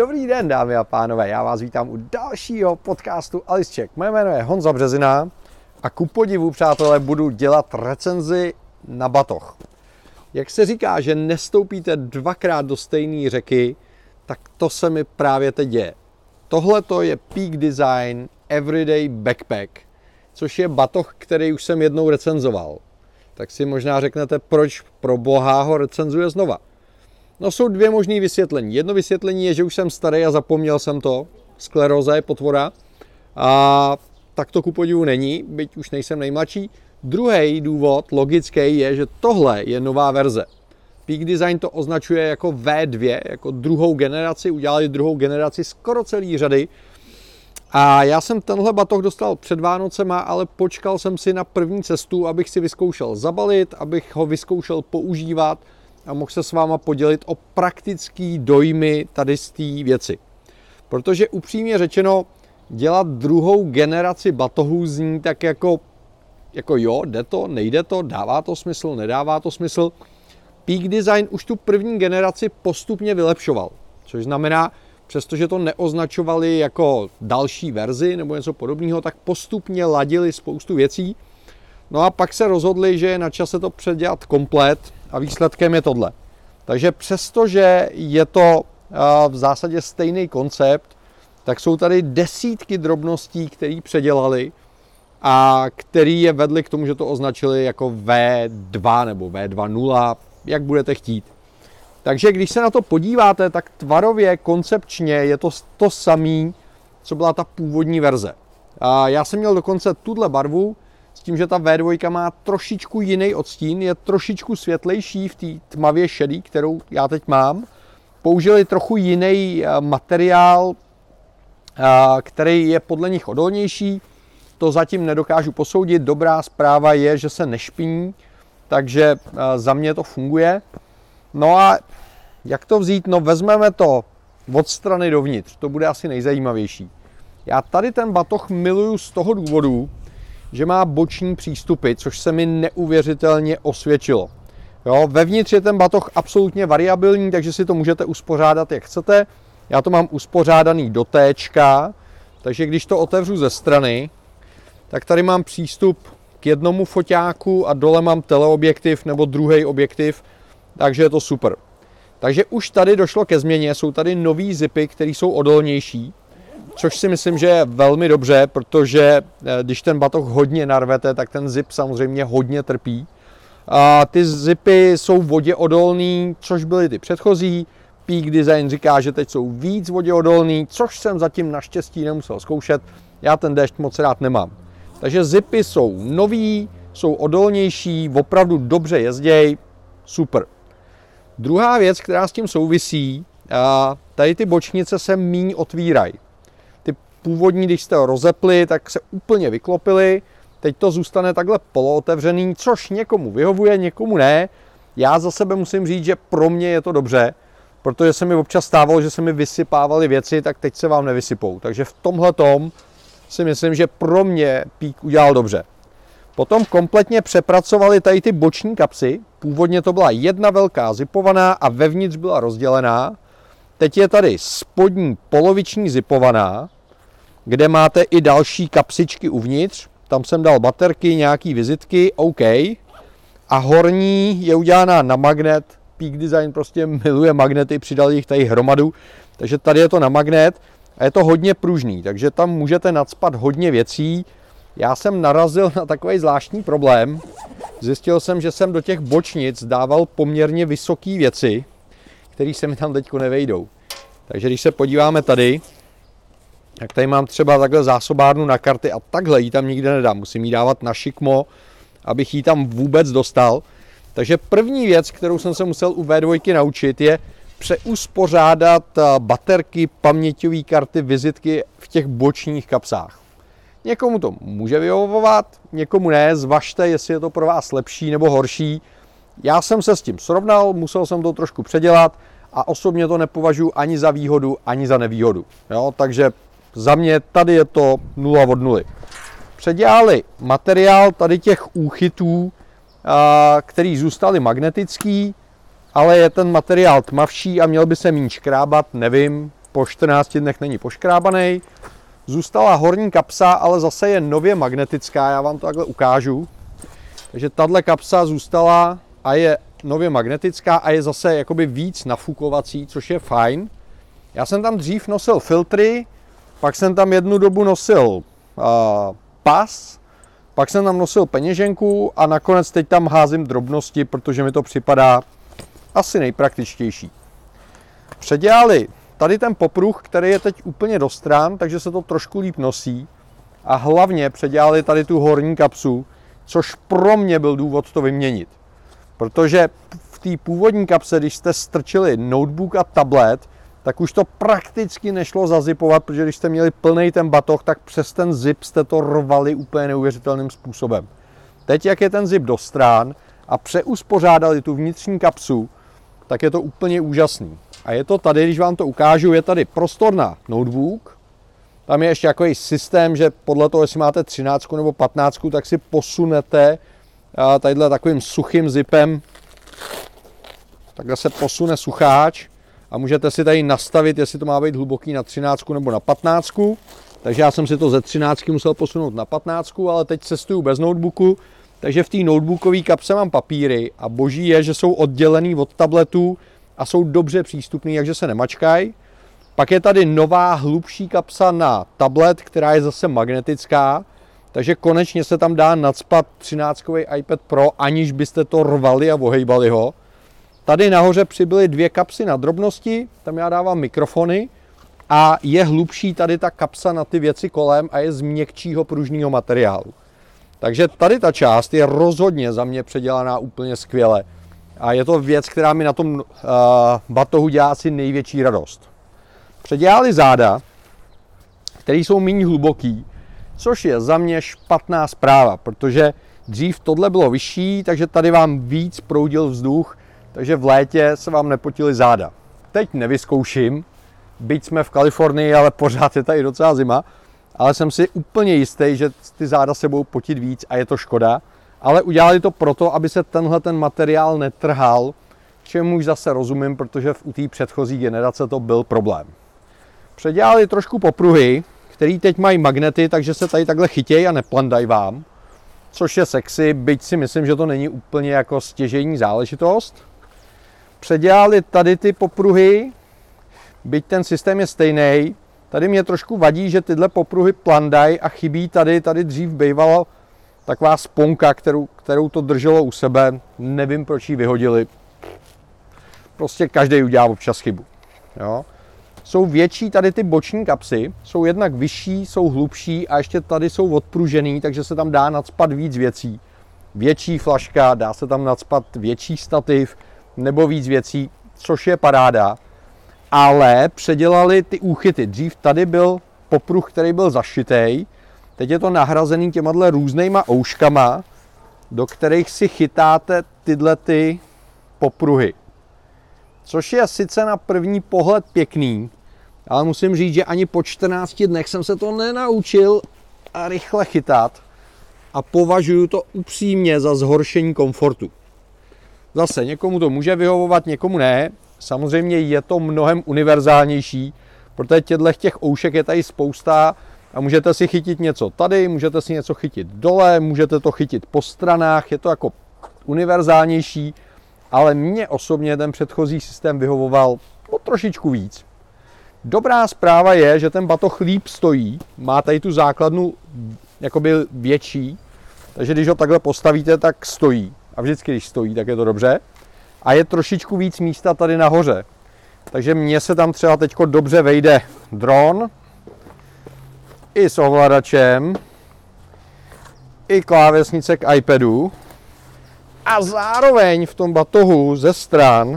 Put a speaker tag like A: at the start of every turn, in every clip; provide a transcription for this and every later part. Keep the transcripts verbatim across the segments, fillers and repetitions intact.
A: Dobrý den, dámy a pánové, já vás vítám u dalšího podcastu Alisček. Moje jméno je Honza Březina a ku podivu, přátelé, budu dělat recenzi na batoh. Jak se říká, že nestoupíte dvakrát do stejné řeky, tak to se mi právě teď děje. Tohle to je Peak Design Everyday Backpack, což je batoh, který už jsem jednou recenzoval. Tak si možná řeknete, proč pro boha ho recenzuje znova. No, jsou dvě možné vysvětlení. Jedno vysvětlení je, že už jsem starý a zapomněl jsem to. Skleróza je potvora. A tak to ku podivu není, byť už nejsem nejmladší. Druhý důvod, logický, je, že tohle je nová verze. Peak Design to označuje jako V dva, jako druhou generaci. Udělali druhou generaci skoro celý řady. A já jsem tenhle batoh dostal před Vánocema, ale počkal jsem si na první cestu, abych si vyzkoušel zabalit, abych ho vyzkoušel používat a mohl se s váma podělit o praktický dojmy tady z té věci. Protože upřímně řečeno, dělat druhou generaci batohů zní tak jako, jako jo, jde to, nejde to, dává to smysl, nedává to smysl. Peak Design už tu první generaci postupně vylepšoval, což znamená, přestože to neoznačovali jako další verzi nebo něco podobného, tak postupně ladili spoustu věcí. No a pak se rozhodli, že je na čase to předělat komplet a výsledkem je tohle. Takže přestože je to v zásadě stejný koncept, tak jsou tady desítky drobností, které předělali a který je vedli k tomu, že to označili jako V dva nebo V dva nula, jak budete chtít. Takže když se na to podíváte, tak tvarově, koncepčně je to to samé, co byla ta původní verze. A já jsem měl dokonce tuhle barvu, s tím, že ta V dva má trošičku jiný odstín, je trošičku světlejší v té tmavě šedý, kterou já teď mám. Použili trochu jiný materiál, který je podle nich odolnější. To zatím nedokážu posoudit. Dobrá zpráva je, že se nešpiní, takže za mě to funguje. No a jak to vzít? No, vezmeme to od strany dovnitř, to bude asi nejzajímavější. Já tady ten batoh miluju z toho důvodu, že má boční přístupy, což se mi neuvěřitelně osvědčilo. Jo, vevnitř je ten batoh absolutně variabilní, takže si to můžete uspořádat, jak chcete. Já to mám uspořádaný do téčka, takže když to otevřu ze strany, tak tady mám přístup k jednomu foťáku a dole mám teleobjektiv nebo druhý objektiv, takže je to super. Takže už tady došlo ke změně, jsou tady nový zipy, které jsou odolnější, což si myslím, že je velmi dobře, protože když ten batoh hodně narvete, tak ten zip samozřejmě hodně trpí. A ty zipy jsou voděodolný, což byly ty předchozí. Peak Design říká, že teď jsou víc voděodolný, což jsem zatím naštěstí nemusel zkoušet. Já ten déšť moc rád nemám. Takže zipy jsou nový, jsou odolnější, opravdu dobře jezdějí, super. Druhá věc, která s tím souvisí, tady ty bočnice se míň otvírají. Ty původní, když jste ho rozepli, tak se úplně vyklopily. Teď to zůstane takhle polootevřený, což někomu vyhovuje, někomu ne. Já za sebe musím říct, že pro mě je to dobře, protože se mi občas stávalo, že se mi vysypávaly věci, tak teď se vám nevysypou. Takže v tomhletom si myslím, že pro mě Peak udělal dobře. Potom kompletně přepracovali tady ty boční kapsy. Původně to byla jedna velká zipovaná a vevnitř byla rozdělená. Teď je tady spodní poloviční zipovaná, kde máte i další kapsičky uvnitř. Tam jsem dal baterky, nějaký vizitky, OK. A horní je udělaná na magnet. Peak Design prostě miluje magnety, přidali jich tady hromadu. Takže tady je to na magnet a je to hodně pružný, takže tam můžete nacpat hodně věcí. Já jsem narazil na takový zvláštní problém. Zjistil jsem, že jsem do těch bočnic dával poměrně vysoké věci, které se mi tam teď nevejdou. Takže když se podíváme tady, tak tady mám třeba takhle zásobárnu na karty a takhle ji tam nikde nedám. Musím ji dávat na šikmo, abych ji tam vůbec dostal. Takže první věc, kterou jsem se musel u V dva naučit, je přeuspořádat baterky, paměťové karty, vizitky v těch bočních kapsách. Někomu to může vyhovovat, někomu ne, zvažte, jestli je to pro vás lepší nebo horší. Já jsem se s tím srovnal, musel jsem to trošku předělat a osobně to nepovažuji ani za výhodu, ani za nevýhodu. Jo, takže za mě tady je to nula od nuly. Předělali materiál tady těch úchytů, který zůstaly magnetický, ale je ten materiál tmavší a měl by se méně škrábat, nevím, po čtrnácti dnech není poškrábaný. Zůstala horní kapsa, ale zase je nově magnetická, já vám to takhle ukážu. Takže tahle kapsa zůstala a je nově magnetická a je zase jakoby víc nafukovací, což je fajn. Já jsem tam dřív nosil filtry, pak jsem tam jednu dobu nosil uh, pas, pak jsem tam nosil peněženku a nakonec teď tam házím drobnosti, protože mi to připadá asi nejpraktičtější. Předělali tady ten popruh, který je teď úplně do stran, takže se to trošku líp nosí. A hlavně předělali tady tu horní kapsu, což pro mě byl důvod to vyměnit. Protože v té původní kapse, když jste strčili notebook a tablet, tak už to prakticky nešlo zazipovat, protože když jste měli plný ten batoh, tak přes ten zip jste to rvali úplně neuvěřitelným způsobem. Teď, jak je ten zip do stran a přeuspořádali tu vnitřní kapsu, tak je to úplně úžasný. A je to tady, když vám to ukážu, je tady prostor na notebook. Tam je ještě takový systém, že podle toho, jestli máte třináct nebo patnáct, tak si posunete tadyhle takovým suchým zipem. Takhle se posune sucháč a můžete si tady nastavit, jestli to má být hluboký na třináct nebo na patnáct. Takže já jsem si to ze třináct musel posunout na patnáct, ale teď cestuju bez notebooku. Takže v té notebookové kapse mám papíry a boží je, že jsou oddělený od tabletu a jsou dobře přístupný, takže se nemačkají. Pak je tady nová hlubší kapsa na tablet, která je zase magnetická, takže konečně se tam dá nacpat třináctkový iPad Pro, aniž byste to rvali a ohejbali ho. Tady nahoře přibyly dvě kapsy na drobnosti, tam já dávám mikrofony a je hlubší tady ta kapsa na ty věci kolem a je z měkčího pružného materiálu. Takže tady ta část je rozhodně za mě předělaná úplně skvěle. A je to věc, která mi na tom uh, batohu dělá asi největší radost. Předělali záda, které jsou méně hluboký, což je za mě špatná zpráva, protože dřív tohle bylo vyšší, takže tady vám víc proudil vzduch, takže v létě se vám nepotily záda. Teď nevyzkouším, byť jsme v Kalifornii, ale pořád je tady docela zima, ale jsem si úplně jistý, že ty záda se budou potit víc a je to škoda. Ale udělali to proto, aby se tenhle ten materiál netrhal, čemu už zase rozumím, protože u té předchozí generace to byl problém. Předělali trošku popruhy, které teď mají magnety, takže se tady takhle chytějí a neplandají vám, což je sexy, byť si myslím, že to není úplně jako stěžejní záležitost. Předělali tady ty popruhy, byť ten systém je stejný. Tady mě trošku vadí, že tyhle popruhy plandají a chybí tady, tady dřív bývalo taková sponka, kterou, kterou to drželo u sebe. Nevím, proč ji vyhodili. Prostě každý udělá občas chybu. Jo? Jsou větší tady ty boční kapsy, jsou jednak vyšší, jsou hlubší a ještě tady jsou odpružený, takže se tam dá nacpat víc věcí. Větší flaška, dá se tam nacpat větší stativ nebo víc věcí, což je paráda. Ale předělali ty úchyty. Dřív tady byl popruh, který byl zašitej. Teď je to nahrazený těma různýma ouškama, do kterých si chytáte tyhle ty popruhy. Což je sice na první pohled pěkný, ale musím říct, že ani po čtrnácti dnech jsem se to nenaučil a rychle chytat a považuji to upřímně za zhoršení komfortu. Zase někomu to může vyhovovat, někomu ne. Samozřejmě je to mnohem univerzálnější, protože těchto těch oušek je tady spousta a můžete si chytit něco tady, můžete si něco chytit dole, můžete to chytit po stranách, je to jako univerzálnější, ale mně osobně ten předchozí systém vyhovoval o trošičku víc. Dobrá zpráva je, že ten batoh líp stojí, má tady tu základnu jakoby větší, takže když ho takhle postavíte, tak stojí. A vždycky, když stojí, tak je to dobře. A je trošičku víc místa tady nahoře. Takže mně se tam třeba teď dobře vejde dron, i s ovladačem, i klávesnice k iPadu. A zároveň v tom batohu ze stran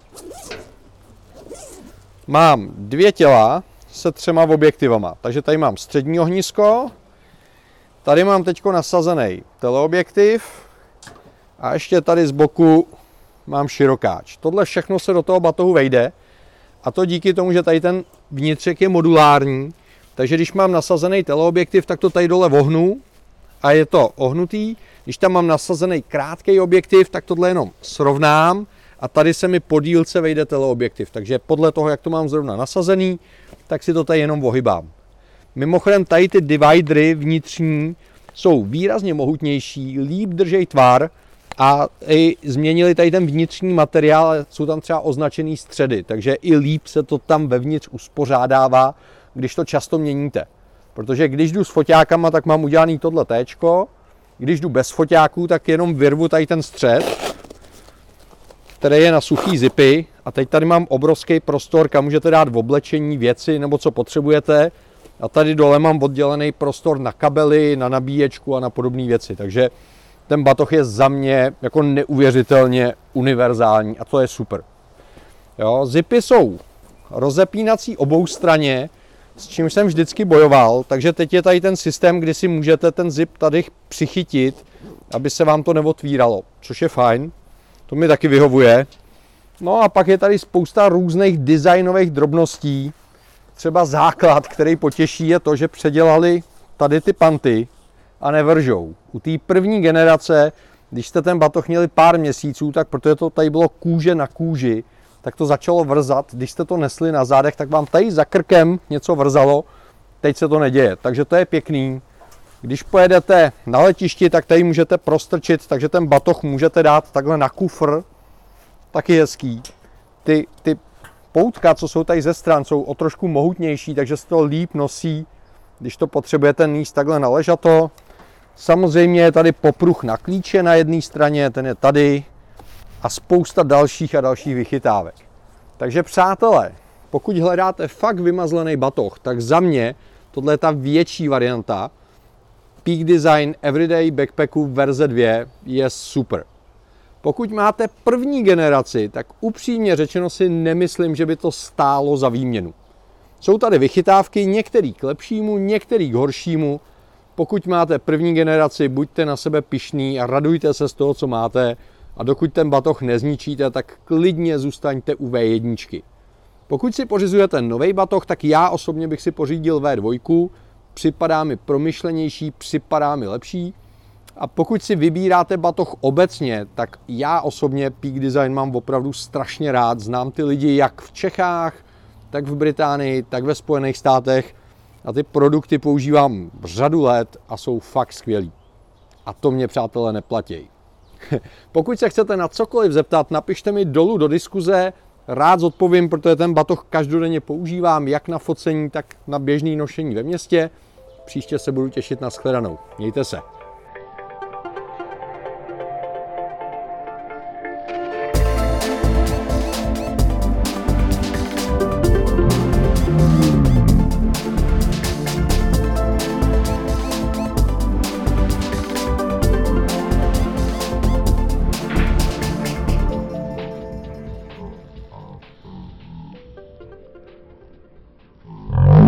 A: mám dvě těla se třema objektivama. Takže tady mám střední ohnisko, tady mám teď nasazený teleobjektiv a ještě tady z boku mám širokáč. Tohle všechno se do toho batohu vejde a to díky tomu, že tady ten vnitřek je modulární, takže když mám nasazený teleobjektiv, tak to tady dole vohnu a je to ohnutý. Když tam mám nasazený krátký objektiv, tak tohle jenom srovnám a tady se mi po dílce vejde teleobjektiv. Takže podle toho, jak to mám zrovna nasazený, tak si to tady jenom ohybám. Mimochodem tady ty dividery vnitřní jsou výrazně mohutnější, líp držej tvar a i změnili tady ten vnitřní materiál, jsou tam třeba označený středy, takže i líp se to tam vevnitř uspořádává, když to často měníte. Protože když jdu s foťákama, tak mám udělaný tohle téčko, když jdu bez foťáků, tak jenom vyrvu tady ten střed, který je na suchý zipy, a teď tady mám obrovský prostor, kam můžete dát v oblečení, věci nebo co potřebujete. A tady dole mám oddělený prostor na kabely, na nabíječku a na podobné věci. Takže ten batoh je za mě jako neuvěřitelně univerzální a to je super. Jo, zipy jsou rozepínací obou straně, s čím jsem vždycky bojoval, takže teď je tady ten systém, kdy si můžete ten zip tady přichytit, aby se vám to neotvíralo, což je fajn, to mi taky vyhovuje. No a pak je tady spousta různých designových drobností, třeba základ, který potěší, je to, že předělali tady ty panty a nevržou. U té první generace, když jste ten batoh měli pár měsíců, tak protože to tady bylo kůže na kůži, tak to začalo vrzat. Když jste to nesli na zádech, tak vám tady za krkem něco vrzalo, teď se to neděje. Takže to je pěkný. Když pojedete na letišti, tak tady můžete prostrčit, takže ten batoh můžete dát takhle na kufr, taky hezký. Ty, ty poutka, co jsou tady ze stran, jsou o trošku mohutnější, takže se to líp nosí, když to potřebujete níst takhle na ležato. Samozřejmě je tady popruh na klíče na jedné straně, ten je tady a spousta dalších a dalších vychytávek. Takže přátelé, pokud hledáte fakt vymazlený batoh, tak za mě tohle je ta větší varianta. Peak Design Everyday Backpacku verze dvě je super. Pokud máte první generaci, tak upřímně řečeno si nemyslím, že by to stálo za výměnu. Jsou tady vychytávky, některý k lepšímu, některý k horšímu. Pokud máte první generaci, buďte na sebe pyšní a radujte se z toho, co máte. A dokud ten batoh nezničíte, tak klidně zůstaňte u vé jedna. Pokud si pořizujete nový batoh, tak já osobně bych si pořídil vé dva. Připadá mi promyšlenější, připadá mi lepší. A pokud si vybíráte batoh obecně, tak já osobně Peak Design mám opravdu strašně rád. Znám ty lidi jak v Čechách, tak v Británii, tak ve Spojených státech. A ty produkty používám řadu let a jsou fakt skvělý. A to mě, přátelé, neplatí. Pokud se chcete na cokoliv zeptat, napište mi dolů do diskuze, rád zodpovím, protože ten batoh každodenně používám, jak na focení, tak na běžné nošení ve městě. Příště se budu těšit na shledanou. Mějte se.